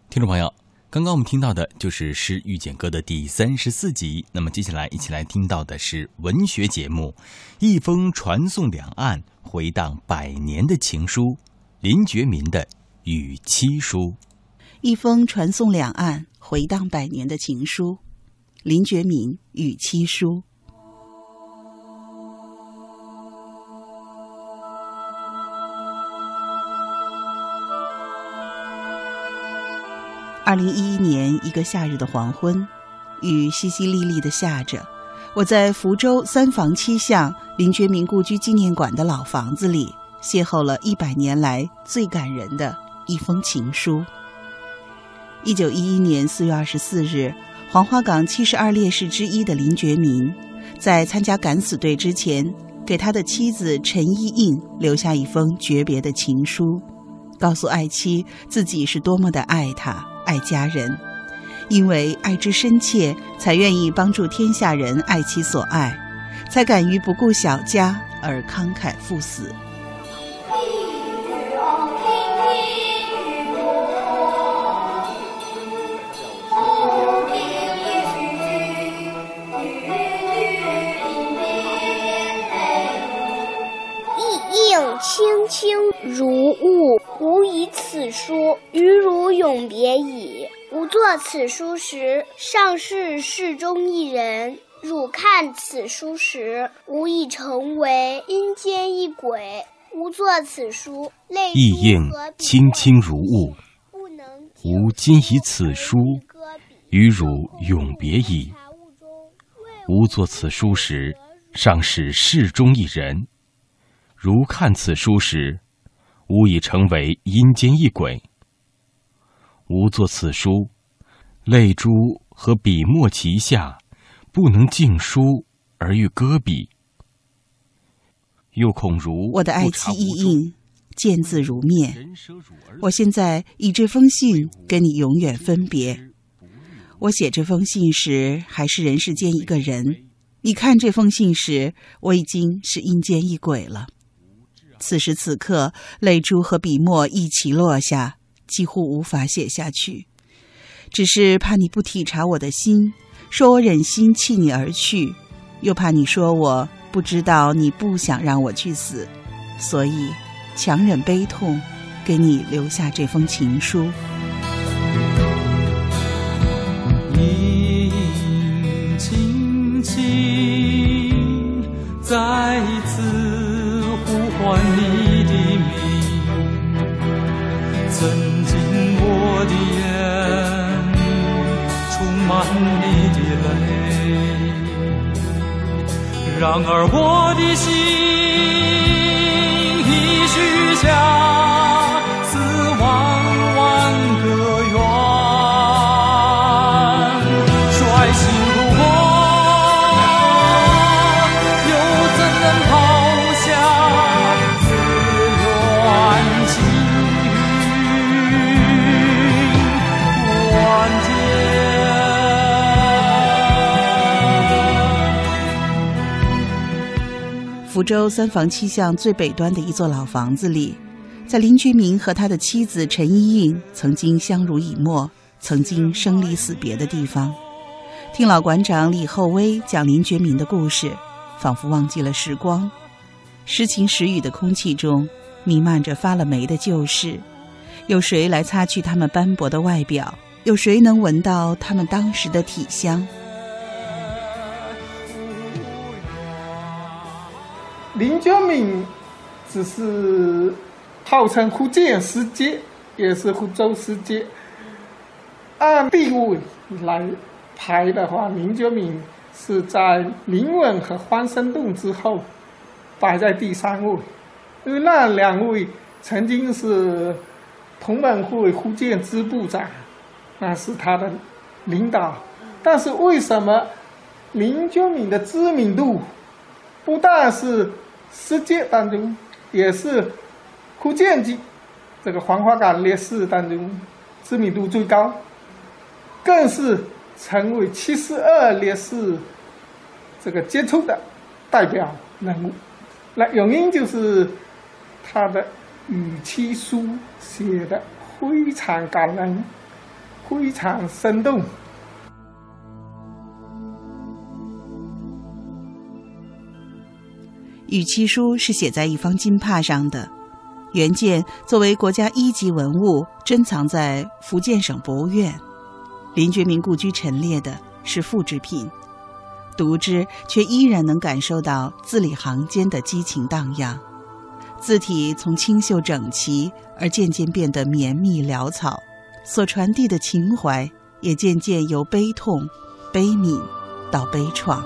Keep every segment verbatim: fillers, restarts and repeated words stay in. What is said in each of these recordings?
听众朋友，刚刚我们听到的就是《诗遇见歌》的第三十四集。那么接下来一起来听到的是文学节目《一封传送两岸，回荡百年的情书》，林觉民的《与妻书》。 一封传送两岸，回荡百年的情书，林觉民《与妻书》。二零一一年一个夏日的黄昏，雨淅淅沥沥地下着，我在福州三房七巷林觉民故居纪念馆的老房子里，邂逅了一百年来最感人的一封情书。一九一一年四月二十四日，黄花岗七十二烈士之一的林觉民，在参加敢死队之前，给他的妻子陈依应留下一封诀别的情书，告诉爱妻自己是多么的爱她，爱家人，因为爱之深切，才愿意帮助天下人爱其所爱，才敢于不顾小家而慷慨赴死。 轻轻如雾，吾以此书与汝永别矣。吾作此书时，尚是世中一人；汝看此书时，吾已成为阴间一鬼。吾作此书，泪意应轻轻如雾，吾今以此书与汝永别矣。吾作此书时，尚是世中一人；如看此书时，吾已成为阴间一鬼。吾作此书，泪珠和笔墨齐下，不能尽书而欲搁笔。又恐如我的爱妻依应，见字如面。我现在以这封信跟你永远分别。我写这封信时，还是人世间一个人；你看这封信时，我已经是阴间一鬼了。此时此刻，泪珠和笔墨一起落下，几乎无法写下去。只是怕你不体察我的心，说我忍心弃你而去，又怕你说我不知道你不想让我去死，所以强忍悲痛，给你留下这封情书。 你轻轻再次唤你的名，曾经我的眼充满你的泪，然而我的心已许下此万万个愿，率性如我，又怎能抛下福州三房七巷最北端的一座老房子里，在林觉民和他的妻子陈依应曾经相濡以沫，曾经生离死别的地方。听老馆长李厚威讲林觉民的故事，仿佛忘记了时光。时晴时雨的空气中弥漫着发了霉的旧事，有谁来擦去他们斑驳的外表？有谁能闻到他们当时的体香？ 林觉民只是号称福建师姐，也是福州师姐。按地位来排的话，林觉民是在林文和黄生栋之后摆在第三位，因为那两位曾经是同盟会福建支部长，那是他的领导。但是为什么林觉民的知名度不但是世界当中，也是福建籍这个黄花岗烈士当中知名度最高，更是成为七十二烈士这个杰出的代表人物。那原因就是他的与妻书写的非常感人， 非常生动。 与期书是写在一方金帕上的，原件作为国家一级文物珍藏在福建省博物院。林觉民故居陈列的是复制品，读之却依然能感受到字里行间的激情荡漾，字体从清秀整齐而渐渐变得绵密潦草，所传递的情怀也渐渐由悲痛、悲悯到悲怆。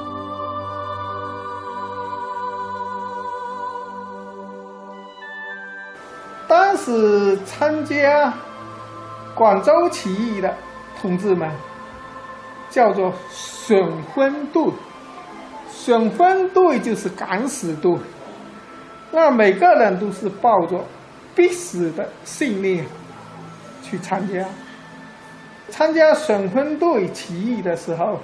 当时参加广州起义的同志们叫做选分队，选分队就是敢死队，那每个人都是抱着必死的信念去参加。参加选分队起义的时候，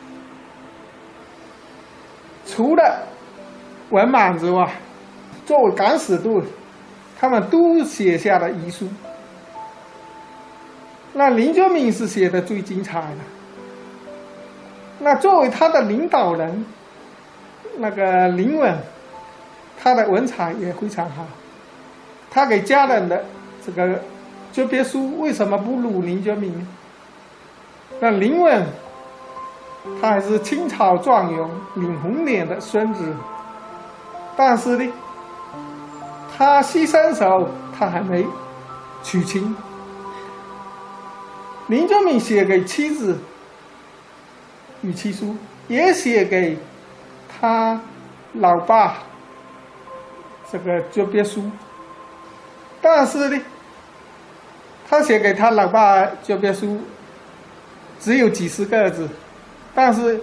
除了文满之外，作为敢死队，他们都写下了遗书。那林觉民是写的最精彩的。那作为他的领导人，那个林文，他的文采也非常好。他给家人的这个诀别书为什么不如林觉民呢？那林文，他还是清朝状元林红莲的孙子，但是呢，他牺牲时候他还没娶亲。林觉民写给妻子与期书，也写给他老爸这个诀别书，但是呢，他写给他老爸诀别书只有几十个字，但是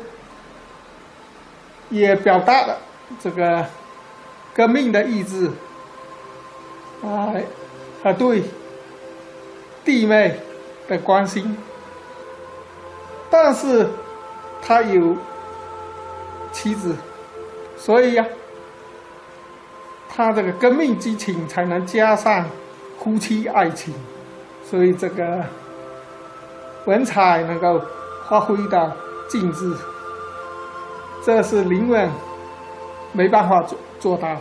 也表达了这个革命的意志啊，和对弟妹的关心。但是他有妻子，所以呀、啊，他这个革命激情才能加上夫妻爱情，所以这个文采能够发挥到尽致，这是林文没办法做做到的。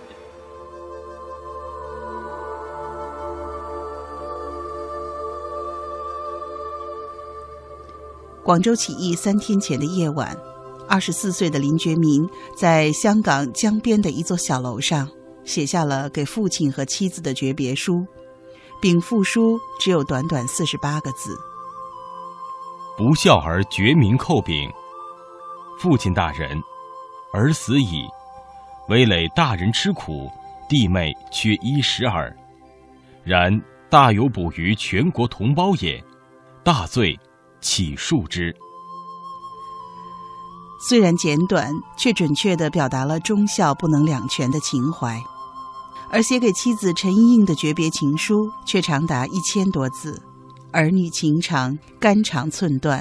广州起义三天前的夜晚，二十四岁的林觉民在香港江边的一座小楼上写下了给父亲和妻子的诀别书，禀赋书只有短短四十八个字： 不孝而绝民寇禀，父亲大人，儿死矣，唯累大人吃苦，弟妹缺衣食耳。然大有补于全国同胞也，大罪岂恕之。 虽然简短，却准确地表达了忠孝不能两全的情怀。而写给妻子陈莹莹的诀别情书却长达一千多字，儿女情长，肝肠寸断。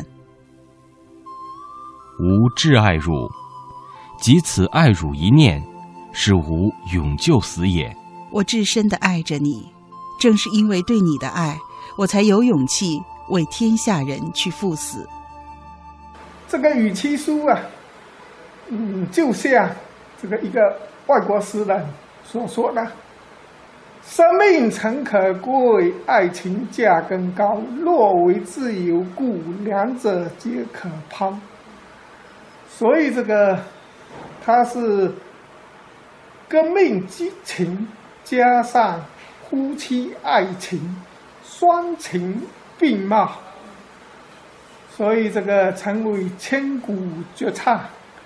吾挚爱汝，即此爱汝一念，是吾永救死也。 我至深地爱着你，正是因为对你的爱，我才有勇气为天下人去赴死。 这个与期书啊，嗯，就像这个一个外国诗人所说的：“生命诚可贵，爱情价更高。若为自由故，两者皆可抛。”所以这个它是革命激情加上夫妻爱情，双情并茂，所以这个成为千古绝唱。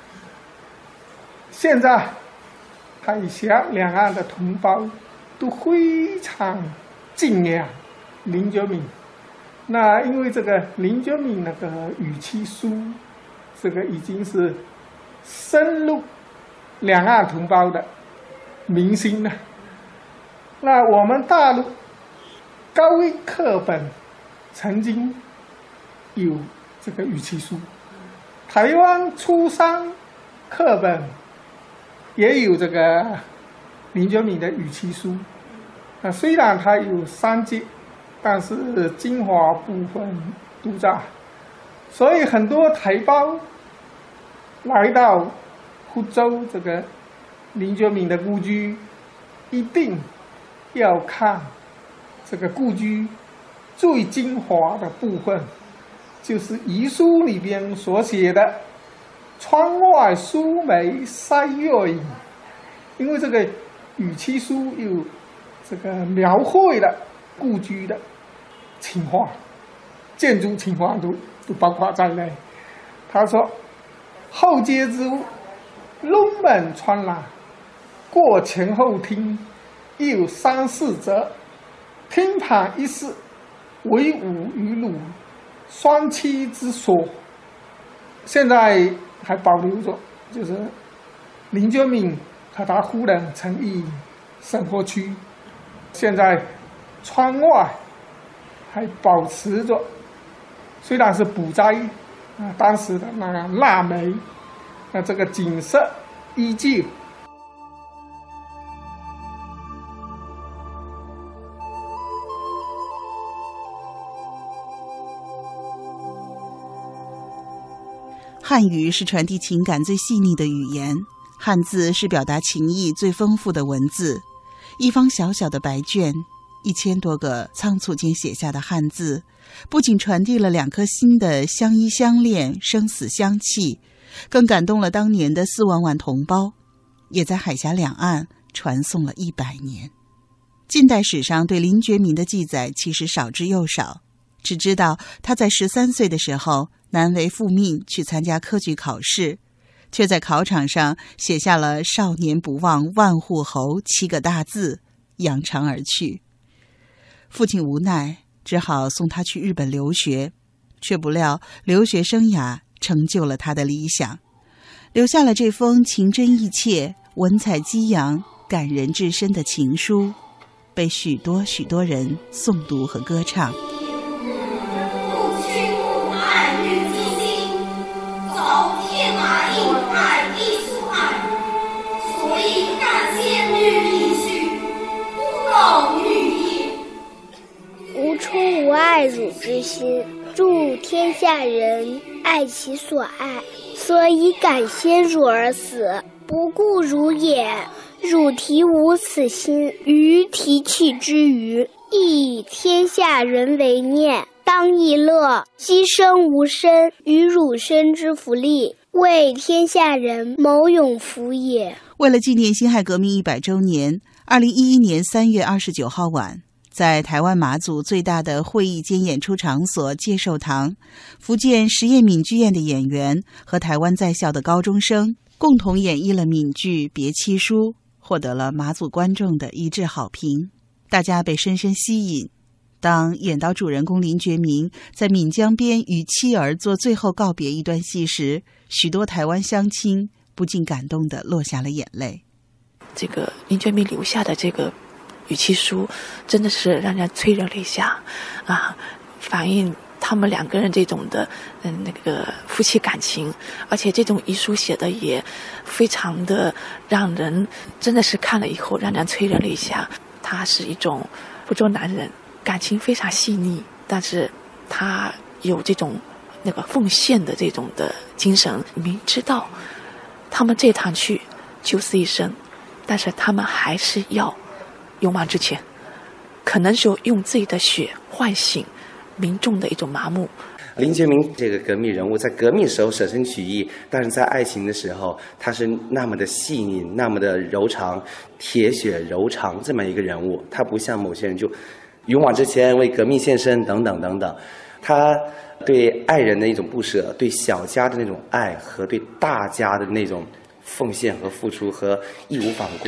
现在海峡两岸的同胞都非常敬仰林觉民。那因为这个林觉民那个与期书，这个已经是深入两岸同胞的民心了。那我们大陆高一课本曾经有这个与期书，台湾初三课本也有这个林觉民的与期书。啊，虽然它有三节，但是精华部分督察，所以很多台胞来到福州这个林觉民的故居，一定要看这个故居最精华的部分，就是遗书里边所写的“窗外疏梅晒月影”，因为这个语气书有这个描绘了故居的情况，建筑情况都都包括在内。他说：“后街之屋，龙门穿廊，过前后厅，亦有三四折。厅旁一室，为五与鲁双栖之所。”现在还保留着，就是林觉民和他夫人曾以生活区。现在窗外还保持着，虽然是补栽啊，当时的那个腊梅，那这个景色依旧。 汉语是传递情感最细腻的语言，汉字是表达情意最丰富的文字。一方小小的白卷，一千多个仓促间写下的汉字，不仅传递了两颗心的相依相恋、生死相契，更感动了当年的四万万同胞，也在海峡两岸传颂了一百年。近代史上对林觉民的记载其实少之又少，只知道他在十三岁的时候难为父命去参加科举考试，却在考场上写下了“少年不忘万户侯”七个大字，扬长而去。父亲无奈，只好送他去日本留学，却不料留学生涯成就了他的理想，留下了这封情真意切、文采激扬、感人至深的情书，被许多许多人诵读和歌唱。 吾充无爱汝之心，助天下人爱其所爱，所以感先汝而死，不顾汝也。汝提无此心，余提弃之余，亦以天下人为念，当亦乐，牺牲无身，与汝身之福利，为天下人谋永福也。 为了纪念辛亥革命一百周年，二零一一年三月二十九号晚，在台湾马祖最大的会议兼演出场所介寿堂，福建实验闽剧院的演员和台湾在校的高中生共同演绎了闽剧《别妻书》，获得了马祖观众的一致好评，大家被深深吸引。当演到主人公林觉民在闽江边与妻儿做最后告别一段戏时，许多台湾乡亲不禁感动地落下了眼泪。 这个林觉民留下的这个语气书真的是让人催人泪下啊，反映他们两个人这种的嗯那个夫妻感情，而且这种遗书写的也非常的让人真的是看了以后让人催人泪下。他是一种福州男人，感情非常细腻，但是他有这种那个奉献的这种的精神，明知道他们这趟去九死一生，但是他们还是要勇往直前，可能就用自己的血唤醒民众的一种麻木。 林觉民这个革命人物在革命时候舍身取义，但是在爱情的时候他是那么的细腻，那么的柔肠，铁血柔肠这么一个人物。他不像某些人就勇往直前为革命献身等等等等，他对爱人的一种不舍，对小家的那种爱和对大家的那种奉献和付出和义无反顾。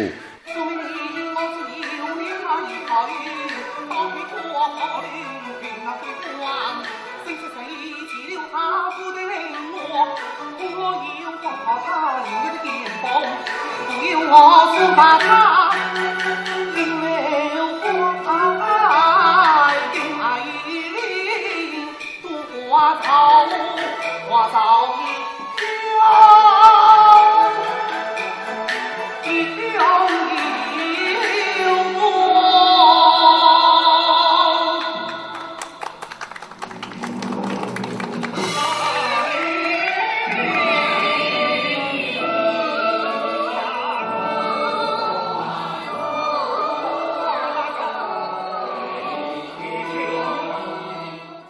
我是把他留爱定爱里渡花草花草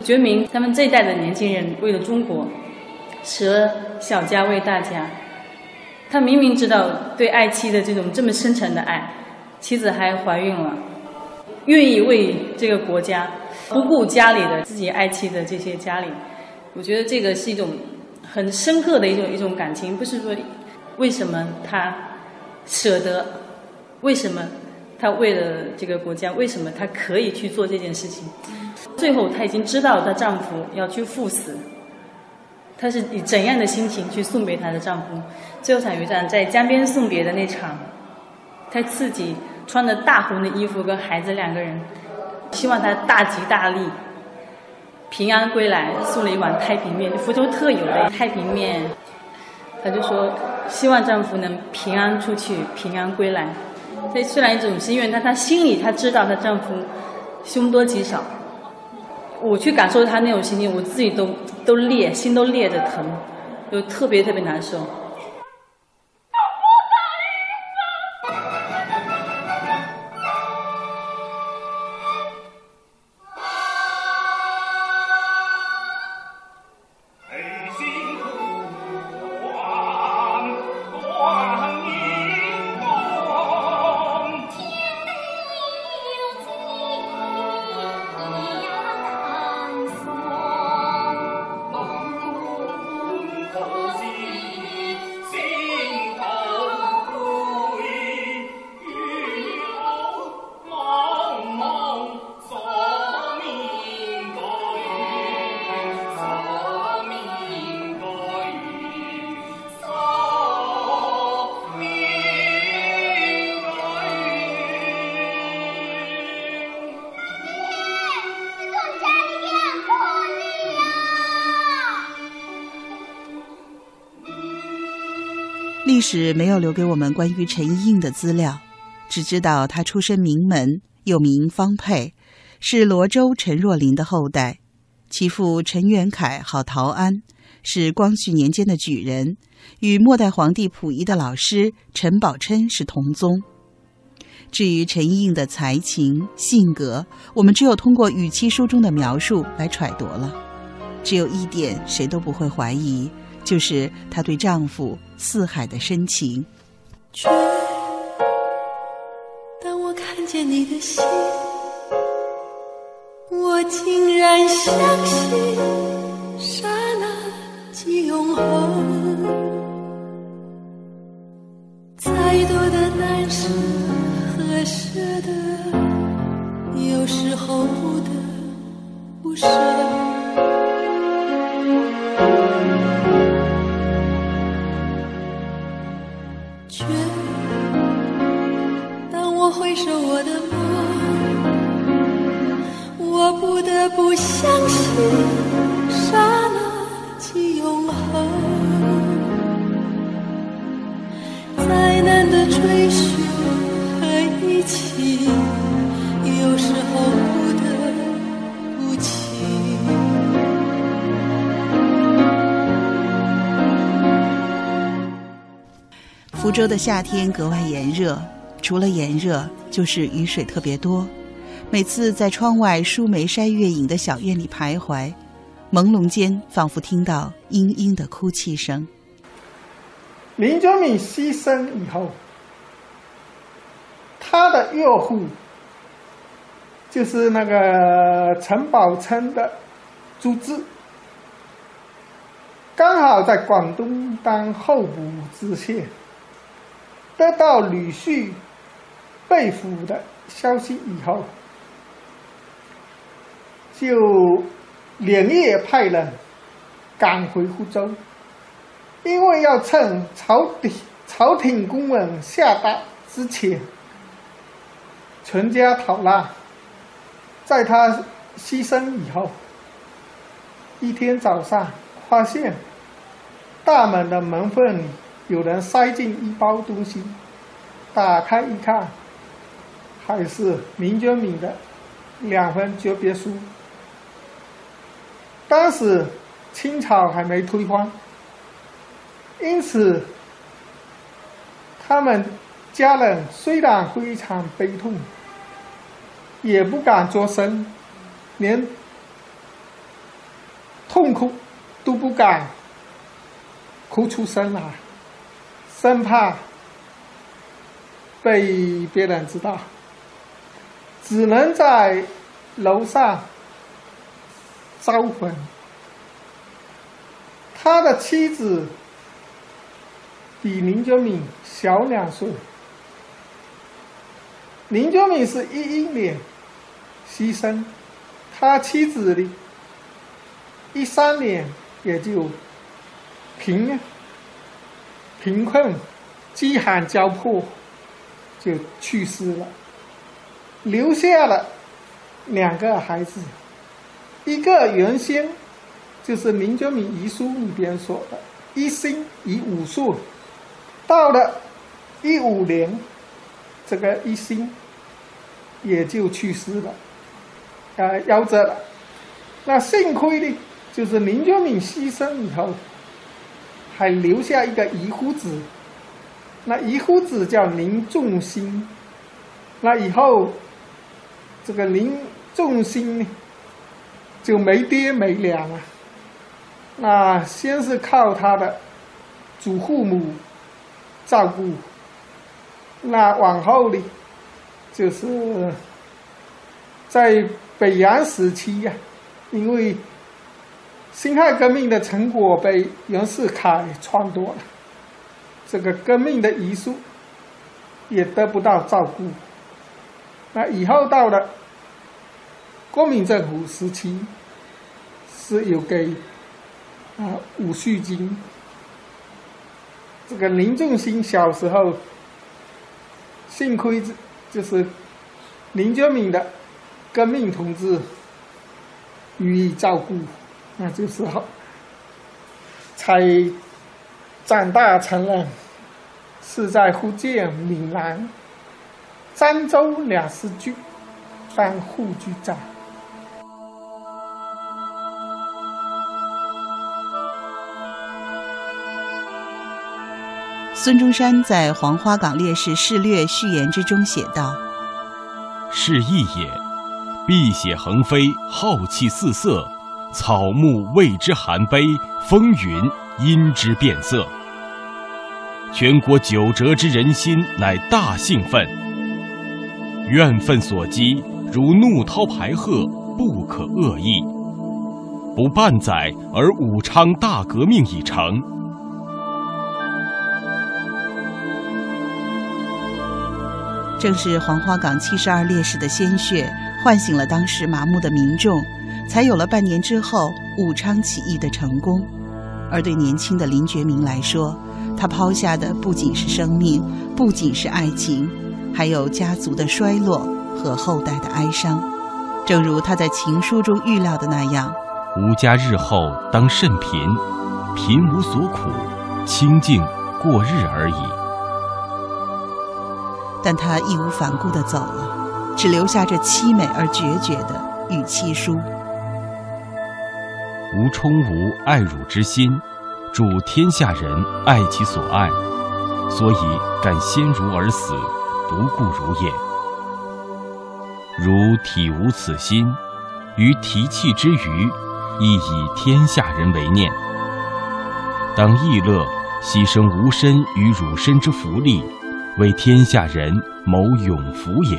觉明他们这一代的年轻人为了中国，舍小家为大家。他明明知道对爱妻的这种这么深沉的爱，妻子还怀孕了，愿意为这个国家不顾家里的自己爱妻的这些家里，我觉得这个是一种很深刻的一种一种感情，不是说为什么他舍得，为什么他为了这个国家，为什么他可以去做这件事情。最后她已经知道她丈夫要去赴死，她是以怎样的心情去送别她的丈夫。最后场有一场在江边送别的那场，她自己穿着大红的衣服跟孩子两个人，希望他大吉大利平安归来，送了一碗太平面，福州特有的太平面。她就说希望丈夫能平安出去，平安归来。这虽然一种心愿，但她心里她知道她丈夫凶多吉少。我去感受她那种心情，我自己都都裂，心都裂着疼，就特别特别难受。 历史没有留给我们关于陈一应的资料，只知道他出身名门，又名方沛，是罗州陈若琳的后代。其父陈元凯号陶安，是光绪年间的举人，与末代皇帝溥仪的老师陈宝琛是同宗。至于陈一应的才情、性格，我们只有通过语期书中的描述来揣度了。只有一点谁都不会怀疑，就是她对丈夫四海的深情。 却当我看见你的心，我竟然相信刹那即永恒。再多的难舍和舍得，有时候不得不舍。却当我回首我的梦，我不得不相信刹那即永恒。再难的追寻和一起，有时候不得不弃。 福州的夏天格外炎热，除了炎热就是雨水特别多。每次在窗外疏梅筛月影的小院里徘徊，朦胧间仿佛听到嘤嘤的哭泣声。 林觉民牺牲以后，他的岳父就是那个陈宝琛的朱志，刚好在广东当候补知县，得到吕旭被俘的消息以后，就连夜派人赶回福州，因为要趁朝廷朝廷公文下达之前全家逃难。在他牺牲以后，一天早上发现大门的门缝里有人塞进一包东西，打开一看，还是林觉民的两份诀别书。当时清朝还没推翻，因此他们家人虽然非常悲痛，也不敢作声，连痛哭都不敢哭出声来，生怕被别人知道，只能在楼上招魂。他的妻子比林觉民小两岁，林觉民是一一年牺牲，他妻子的一三年也就贫贫困饥寒交迫就去世了，留下了两个孩子，一个原先就是林觉民遗书里边说的一心一五岁，到了一五年这个一心也就去世了，呃，夭折了。那幸亏呢，就是林觉民牺牲以后还留下一个遗夫子，那遗夫子叫林仲兴，那以后这个林仲兴呢就没爹没娘了，那先是靠他的祖父母照顾，那往后呢就是在北洋时期呀、啊，因为辛亥革命的成果被袁世凯篡夺了，这个革命的遗书也得不到照顾。那以后到了国民政府时期，是有给啊伍旭金。这个林仲兴小时候，幸亏就是林觉民的革命同志予以照顾，那就是好才长大成人，是在福建闽南漳州两市区当副局长。 孙中山在《黄花岗烈士事略序言》之中写道：“ 是义也，碧血横飞，浩气四色，草木为之含悲，风云因之变色。全国九折之人心，乃大兴奋。怨愤所激，如怒涛排鹤，不可遏抑。不半载，而武昌大革命已成。” 正是黄花岗七十二烈士的鲜血唤醒了当时麻木的民众，才有了半年之后武昌起义的成功。而对年轻的林觉民来说，他抛下的不仅是生命，不仅是爱情，还有家族的衰落和后代的哀伤。正如他在情书中预料的那样：“ 吾家日后当甚贫，贫无所苦，清静过日而已。” 但他义无反顾地走了，只留下这凄美而决绝的与妻书。 吾充无爱汝之心，主天下人爱其所爱，所以敢先汝而死，不顾汝也。汝体无此心，于提气之余，亦以天下人为念。当逸乐牺牲吾身与汝身之福利，为天下人谋永福也。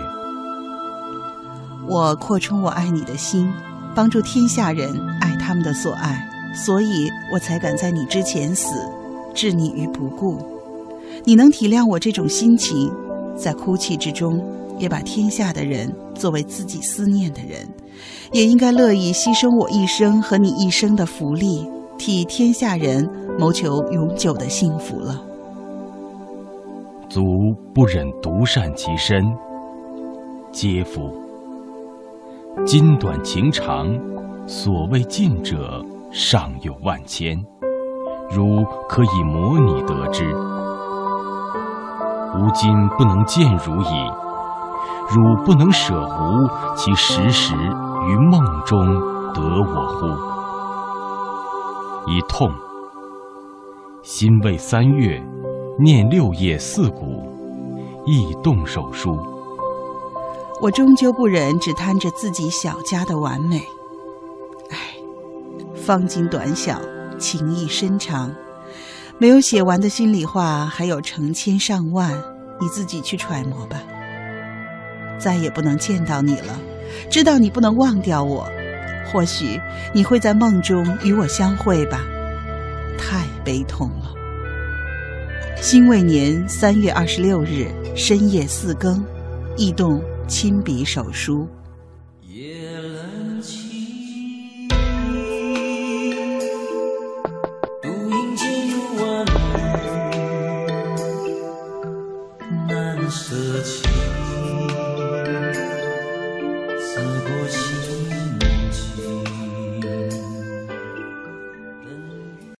我扩充我爱你的心，帮助天下人爱他们的所爱，所以我才敢在你之前死，置你于不顾。你能体谅我这种心情，在哭泣之中也把天下的人作为自己思念的人，也应该乐意牺牲我一生和你一生的福利，替天下人谋求永久的幸福了。 卒不忍独善其身，嗟夫！今短情长，所谓近者尚有万千，汝可以模拟得之。吾今不能见汝矣，汝不能舍吾，其时时于梦中得我乎？一痛，心未三月，念六夜四鼓，亦动手书。 我终究不忍只贪着自己小家的完美。唉， 方巾短小，情意深长。没有写完的心里话还有成千上万，你自己去揣摩吧。再也不能见到你了，知道你不能忘掉我，或许你会在梦中与我相会吧。太悲痛了。辛未年三月二十六日深夜四更，驿动亲笔手书。